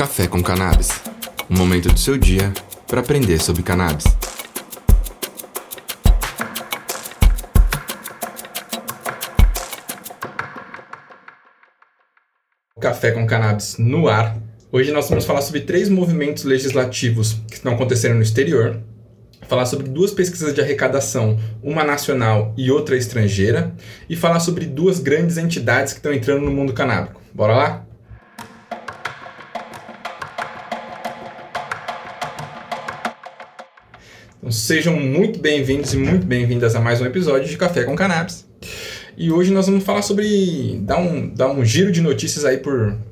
Café com Cannabis, um momento do seu dia para aprender sobre cannabis. Café com Cannabis no ar. Hoje nós vamos falar sobre 3 movimentos legislativos que estão acontecendo no exterior, falar sobre 2 pesquisas de arrecadação, uma nacional e outra estrangeira, e falar sobre 2 grandes entidades que estão entrando no mundo canábico. Bora lá? Então, sejam muito bem-vindos e muito bem-vindas a mais um episódio de Café com Cannabis. E hoje nós vamos falar sobre dar um giro de notícias aí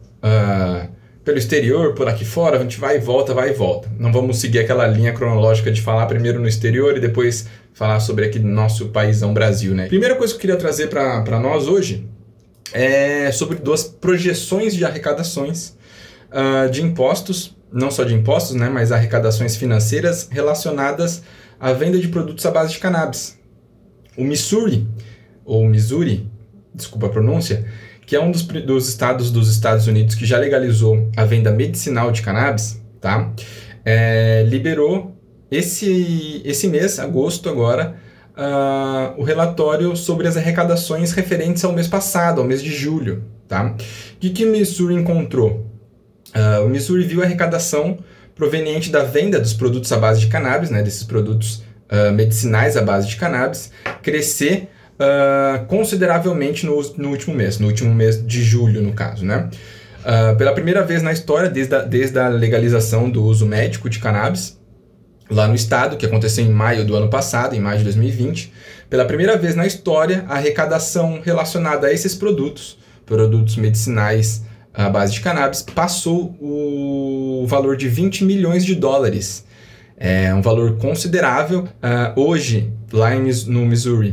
pelo exterior, por aqui fora. A gente vai e volta. Não vamos seguir aquela linha cronológica de falar primeiro no exterior e depois falar sobre aqui no nosso paísão Brasil, né? Primeira coisa que eu queria trazer para nós hoje é sobre 2 projeções de arrecadações de impostos, não só de impostos, né, mas arrecadações financeiras relacionadas à venda de produtos à base de cannabis. O Missouri, desculpa a pronúncia, que é um dos estados dos Estados Unidos que já legalizou a venda medicinal de cannabis, tá? Liberou esse mês, agosto agora, o relatório sobre as arrecadações referentes ao mês passado, ao mês de julho, tá? O que o Missouri encontrou? O Missouri viu a arrecadação proveniente da venda dos produtos à base de cannabis, né, desses produtos medicinais à base de cannabis, crescer consideravelmente no último mês de julho, no caso, né? Pela primeira vez na história, desde a legalização do uso médico de cannabis, lá no estado, que aconteceu em maio do ano passado, em maio de 2020, pela primeira vez na história, a arrecadação relacionada a esses produtos medicinais à base de cannabis, passou o valor de 20 milhões de dólares. É um valor considerável. Hoje, lá no Missouri,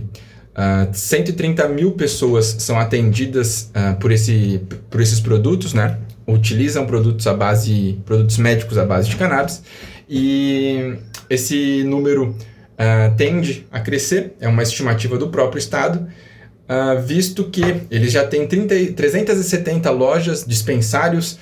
130 mil pessoas são atendidas por esses produtos, né? Utilizam produtos médicos à base de cannabis, e esse número tende a crescer, é uma estimativa do próprio estado, visto que eles já têm 370 lojas, dispensários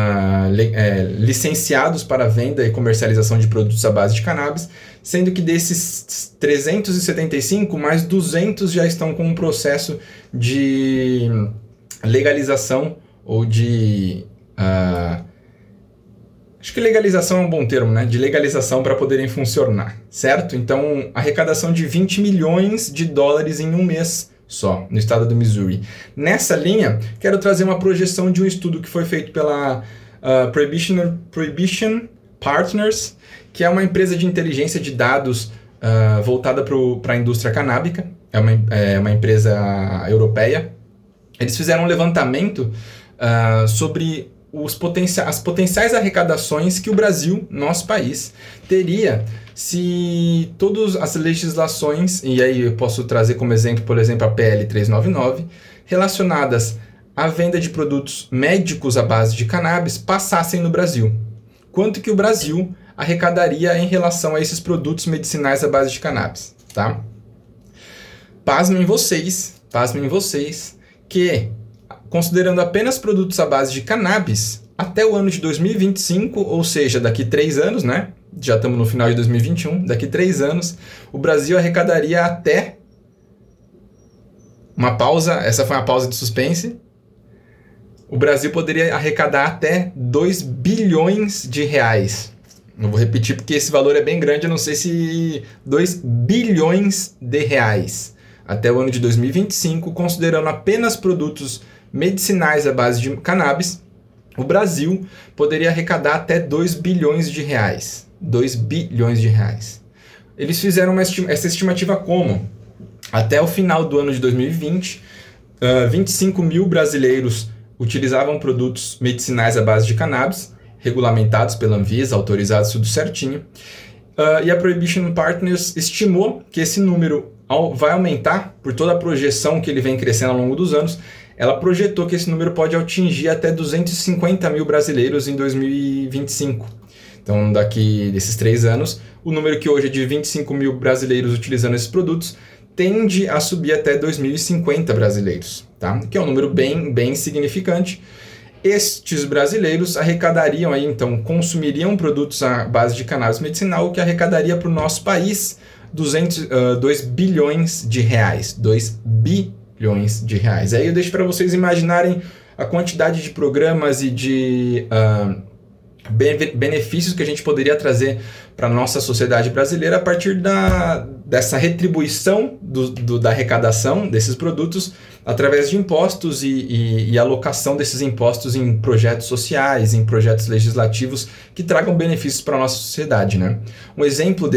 licenciados para venda e comercialização de produtos à base de cannabis, sendo que desses 375, mais 200 já estão com um processo de legalização ou de... acho que legalização é um bom termo, né? De legalização para poderem funcionar, certo? Então, arrecadação de 20 milhões de dólares em um mês só, no estado do Missouri. Nessa linha, quero trazer uma projeção de um estudo que foi feito pela Prohibition Partners, que é uma empresa de inteligência de dados voltada para a indústria canábica, é uma empresa europeia. Eles fizeram um levantamento sobre as potenciais arrecadações que o Brasil, nosso país, teria se todas as legislações, e aí eu posso trazer como exemplo, por exemplo, a PL 399, relacionadas à venda de produtos médicos à base de cannabis, passassem no Brasil. Quanto que o Brasil arrecadaria em relação a esses produtos medicinais à base de cannabis, tá? Pasmem vocês que, considerando apenas produtos à base de cannabis, até o ano de 2025, ou seja, daqui 3 anos, né? Já estamos no final de 2021, daqui 3 anos, o Brasil arrecadaria até... Uma pausa, essa foi uma pausa de suspense. O Brasil poderia arrecadar até 2 bilhões de reais. Eu vou repetir porque esse valor é bem grande, eu não sei se 2 bilhões de reais. Até o ano de 2025, considerando apenas produtos medicinais à base de cannabis, o Brasil poderia arrecadar até 2 bilhões de reais. 2 bilhões de reais. Eles fizeram essa estimativa como? Até o final do ano de 2020, 25 mil brasileiros utilizavam produtos medicinais à base de cannabis, regulamentados pela Anvisa, autorizados tudo certinho. E a Prohibition Partners estimou que esse número vai aumentar por toda a projeção que ele vem crescendo ao longo dos anos. Ela projetou que esse número pode atingir até 250 mil brasileiros em 2025. Então, daqui desses 3 anos, o número que hoje é de 25 mil brasileiros utilizando esses produtos tende a subir até 2.050 brasileiros, tá? Que é um número bem significante. Estes brasileiros arrecadariam aí, então, consumiriam produtos à base de cannabis medicinal, o que arrecadaria para o nosso país 2 bilhões de reais. 2 bilhões de reais. Aí eu deixo para vocês imaginarem a quantidade de programas e de benefícios que a gente poderia trazer para a nossa sociedade brasileira a partir dessa retribuição da arrecadação desses produtos através de impostos e alocação desses impostos em projetos sociais, em projetos legislativos que tragam benefícios para a nossa sociedade, né? Um exemplo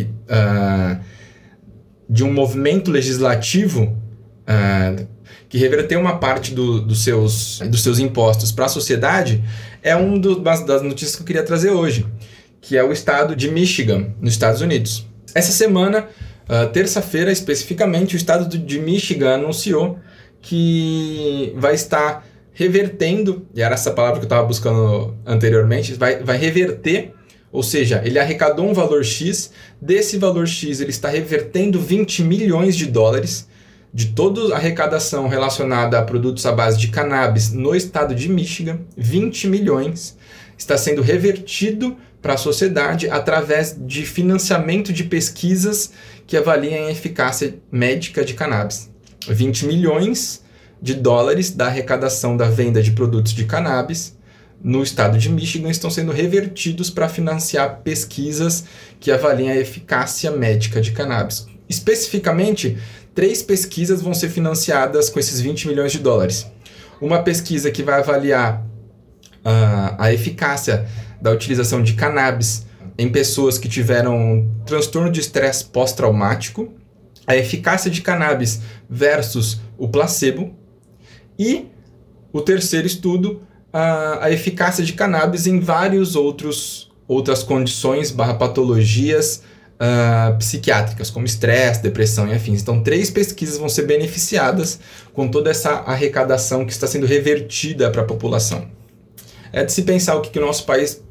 de um movimento legislativo que reverteu uma parte dos seus impostos para a sociedade é das notícias que eu queria trazer hoje, que é o estado de Michigan, nos Estados Unidos. Essa semana, terça-feira especificamente, o estado de Michigan anunciou que vai estar revertendo, e era essa palavra que eu estava buscando anteriormente, vai reverter, ou seja, ele arrecadou um valor X, desse valor X ele está revertendo 20 milhões de dólares de toda a arrecadação relacionada a produtos à base de cannabis no estado de Michigan, 20 milhões, está sendo revertido para a sociedade através de financiamento de pesquisas que avaliem a eficácia médica de cannabis. 20 milhões de dólares da arrecadação da venda de produtos de cannabis no estado de Michigan estão sendo revertidos para financiar pesquisas que avaliem a eficácia médica de cannabis. Especificamente, 3 pesquisas vão ser financiadas com esses 20 milhões de dólares. Uma pesquisa que vai avaliar a eficácia da utilização de cannabis em pessoas que tiveram transtorno de estresse pós-traumático, a eficácia de cannabis versus o placebo, e o terceiro estudo, a eficácia de cannabis em várias outras condições patologias psiquiátricas, como estresse, depressão e afins. Então, 3 pesquisas vão ser beneficiadas com toda essa arrecadação que está sendo revertida para a população. É de se pensar o que o nosso país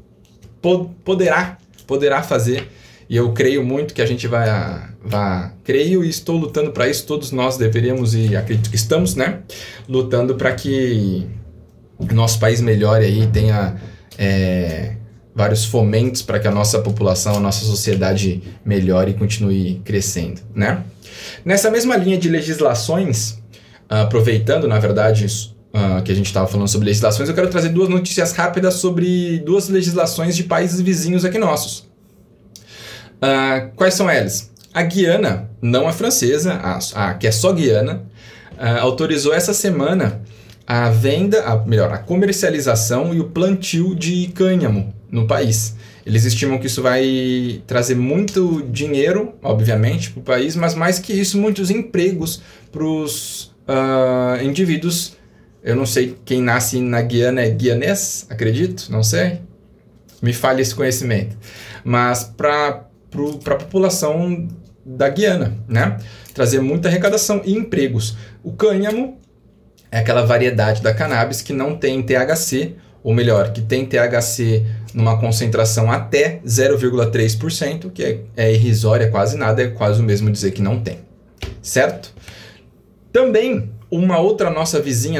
poderá fazer, e eu creio muito que a gente creio e estou lutando para isso, todos nós deveríamos, e acredito que estamos, né, lutando para que o nosso país melhore aí, tenha vários fomentos para que a nossa população, a nossa sociedade melhore e continue crescendo, né? Nessa mesma linha de legislações, aproveitando, na verdade, que a gente estava falando sobre legislações, eu quero trazer 2 notícias rápidas sobre 2 legislações de países vizinhos aqui nossos. Quais são elas? A Guiana, não a francesa, que é só Guiana, autorizou essa semana a venda, a comercialização e o plantio de cânhamo no país. Eles estimam que isso vai trazer muito dinheiro, obviamente, para o país, mas mais que isso, muitos empregos para os indivíduos. Eu não sei quem nasce na Guiana é guianês, acredito, não sei. Me falha esse conhecimento. Mas para a população da Guiana, né? Trazer muita arrecadação e empregos. O cânhamo é aquela variedade da cannabis que não tem THC, ou melhor, que tem THC numa concentração até 0,3%, que é irrisória, quase nada, é quase o mesmo dizer que não tem. Certo? Também, uma outra nossa vizinha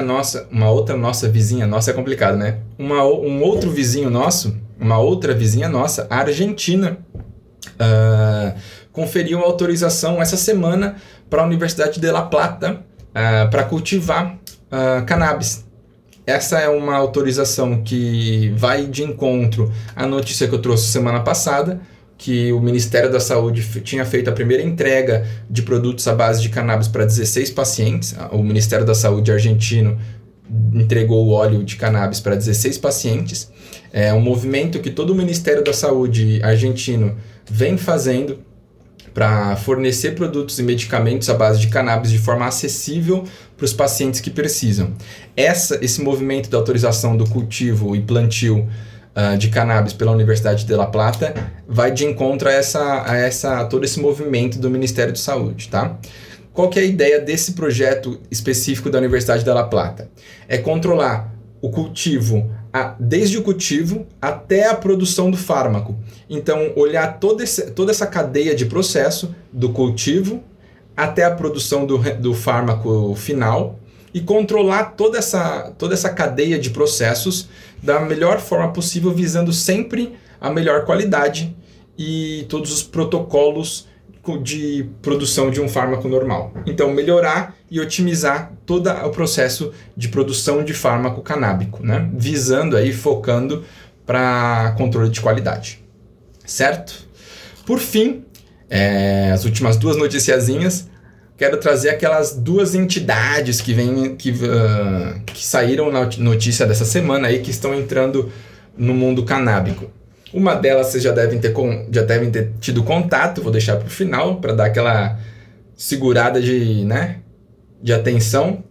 é complicado, né? Um outro vizinho nosso, uma outra vizinha nossa, a Argentina, conferiu autorização essa semana para a Universidade de La Plata para cultivar cannabis. Essa é uma autorização que vai de encontro à notícia que eu trouxe semana passada, que o Ministério da Saúde tinha feito a primeira entrega de produtos à base de cannabis para 16 pacientes. O Ministério da Saúde argentino entregou o óleo de cannabis para 16 pacientes. É um movimento que todo o Ministério da Saúde argentino vem fazendo para fornecer produtos e medicamentos à base de cannabis de forma acessível para os pacientes que precisam. Esse movimento da autorização do cultivo e plantio de cannabis pela Universidade de La Plata vai de encontro a todo esse movimento do Ministério da Saúde, tá? Qual que é a ideia desse projeto específico da Universidade de La Plata? É controlar o cultivo, desde o cultivo até a produção do fármaco. Então, olhar toda essa cadeia de processo, do cultivo até a produção do fármaco final, e controlar toda essa cadeia de processos da melhor forma possível, visando sempre a melhor qualidade e todos os protocolos de produção de um fármaco normal. Então, melhorar e otimizar todo o processo de produção de fármaco canábico, né? Visando aí, focando para controle de qualidade. Certo? Por fim, as últimas 2 noticiazinhas, quero trazer aquelas 2 entidades que saíram na notícia dessa semana aí, que estão entrando no mundo canábico. Uma delas vocês já devem ter tido contato, vou deixar para o final, para dar aquela segurada de atenção.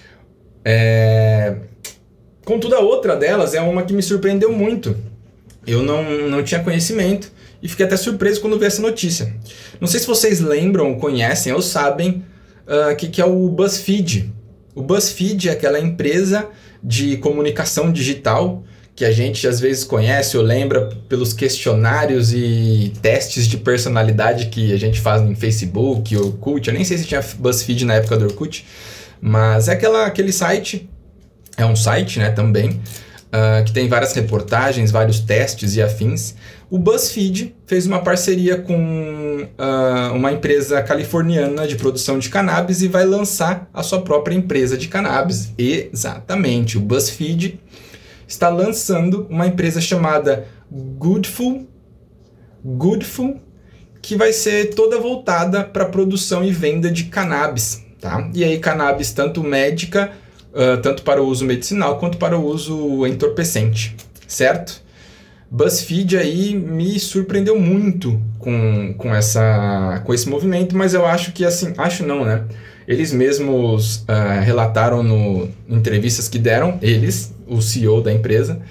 Contudo, a outra delas é uma que me surpreendeu muito. Eu não tinha conhecimento e fiquei até surpreso quando vi essa notícia. Não sei se vocês lembram, conhecem ou sabem que é o BuzzFeed. O BuzzFeed é aquela empresa de comunicação digital que a gente às vezes conhece ou lembra pelos questionários e testes de personalidade que a gente faz em Facebook, Orkut. Eu nem sei se tinha BuzzFeed na época do Orkut, mas é aquele site, é um site, né, também, que tem várias reportagens, vários testes e afins. O BuzzFeed fez uma parceria com uma empresa californiana de produção de cannabis e vai lançar a sua própria empresa de cannabis. Exatamente, o BuzzFeed está lançando uma empresa chamada Goodful, que vai ser toda voltada para produção e venda de cannabis, tá? E aí cannabis tanto médica, tanto para o uso medicinal quanto para o uso entorpecente, certo? BuzzFeed aí me surpreendeu muito com esse movimento, mas eu acho que assim, acho não, né? Eles mesmos relataram em entrevistas que deram, o CEO da empresa,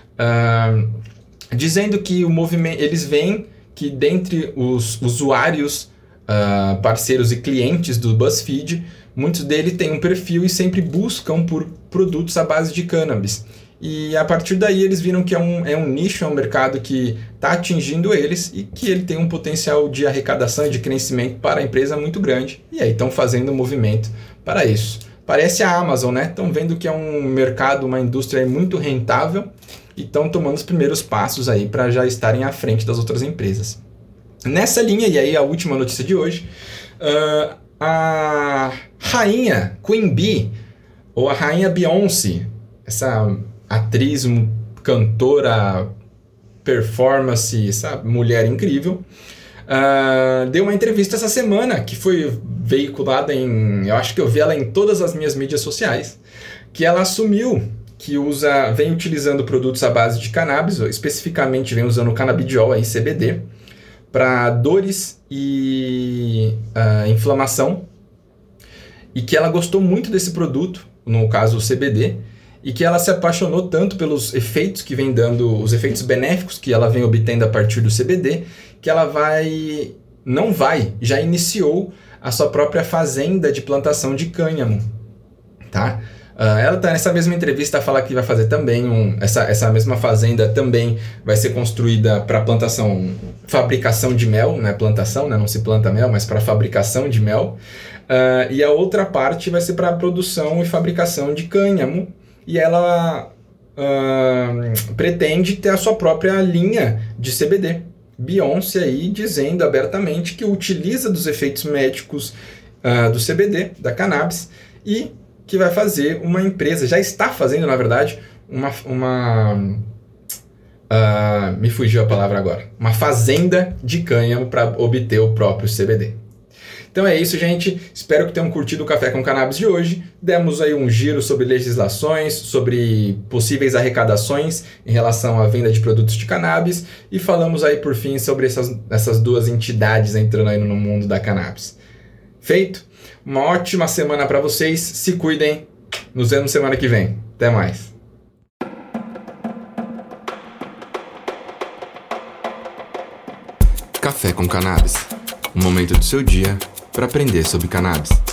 dizendo que o movimento, eles veem que dentre os usuários, parceiros e clientes do BuzzFeed, muitos deles têm um perfil e sempre buscam por produtos à base de cannabis. E a partir daí eles viram que é um nicho, é um mercado que está atingindo eles e que ele tem um potencial de arrecadação e de crescimento para a empresa muito grande. E aí estão fazendo um movimento para isso. Parece a Amazon, né? Estão vendo que é um mercado, uma indústria muito rentável e estão tomando os primeiros passos aí para já estarem à frente das outras empresas. Nessa linha, e aí a última notícia de hoje, a rainha Queen Bee, ou a rainha Beyoncé, essa atriz, cantora, performance, essa mulher incrível, deu uma entrevista essa semana que foi veiculada eu acho que eu vi ela em todas as minhas mídias sociais, que ela assumiu que vem utilizando produtos à base de cannabis, ou especificamente vem usando o canabidiol, aí, CBD, para dores e inflamação, e que ela gostou muito desse produto, no caso o CBD, e que ela se apaixonou tanto pelos efeitos que vem dando, os efeitos benéficos que ela vem obtendo a partir do CBD, que ela já iniciou a sua própria fazenda de plantação de cânhamo, tá? Ela tá nessa mesma entrevista, fala que vai fazer também essa mesma fazenda também vai ser construída para fabricação de mel, né? Plantação, né? Não se planta mel, mas para fabricação de mel. E a outra parte vai ser para produção e fabricação de cânhamo. E ela pretende ter a sua própria linha de CBD. Beyoncé aí dizendo abertamente que utiliza dos efeitos médicos do CBD, da cannabis, e que vai fazer uma empresa, já está fazendo na verdade, me fugiu a palavra agora, uma fazenda de cânhamo para obter o próprio CBD. Então é isso, gente. Espero que tenham curtido o Café com Cannabis de hoje. Demos aí um giro sobre legislações, sobre possíveis arrecadações em relação à venda de produtos de cannabis e falamos aí por fim sobre essas 2 entidades entrando aí no mundo da cannabis. Feito? Uma ótima semana para vocês. Se cuidem. Nos vemos semana que vem. Até mais. Café com Cannabis. Um momento do seu dia para aprender sobre cannabis.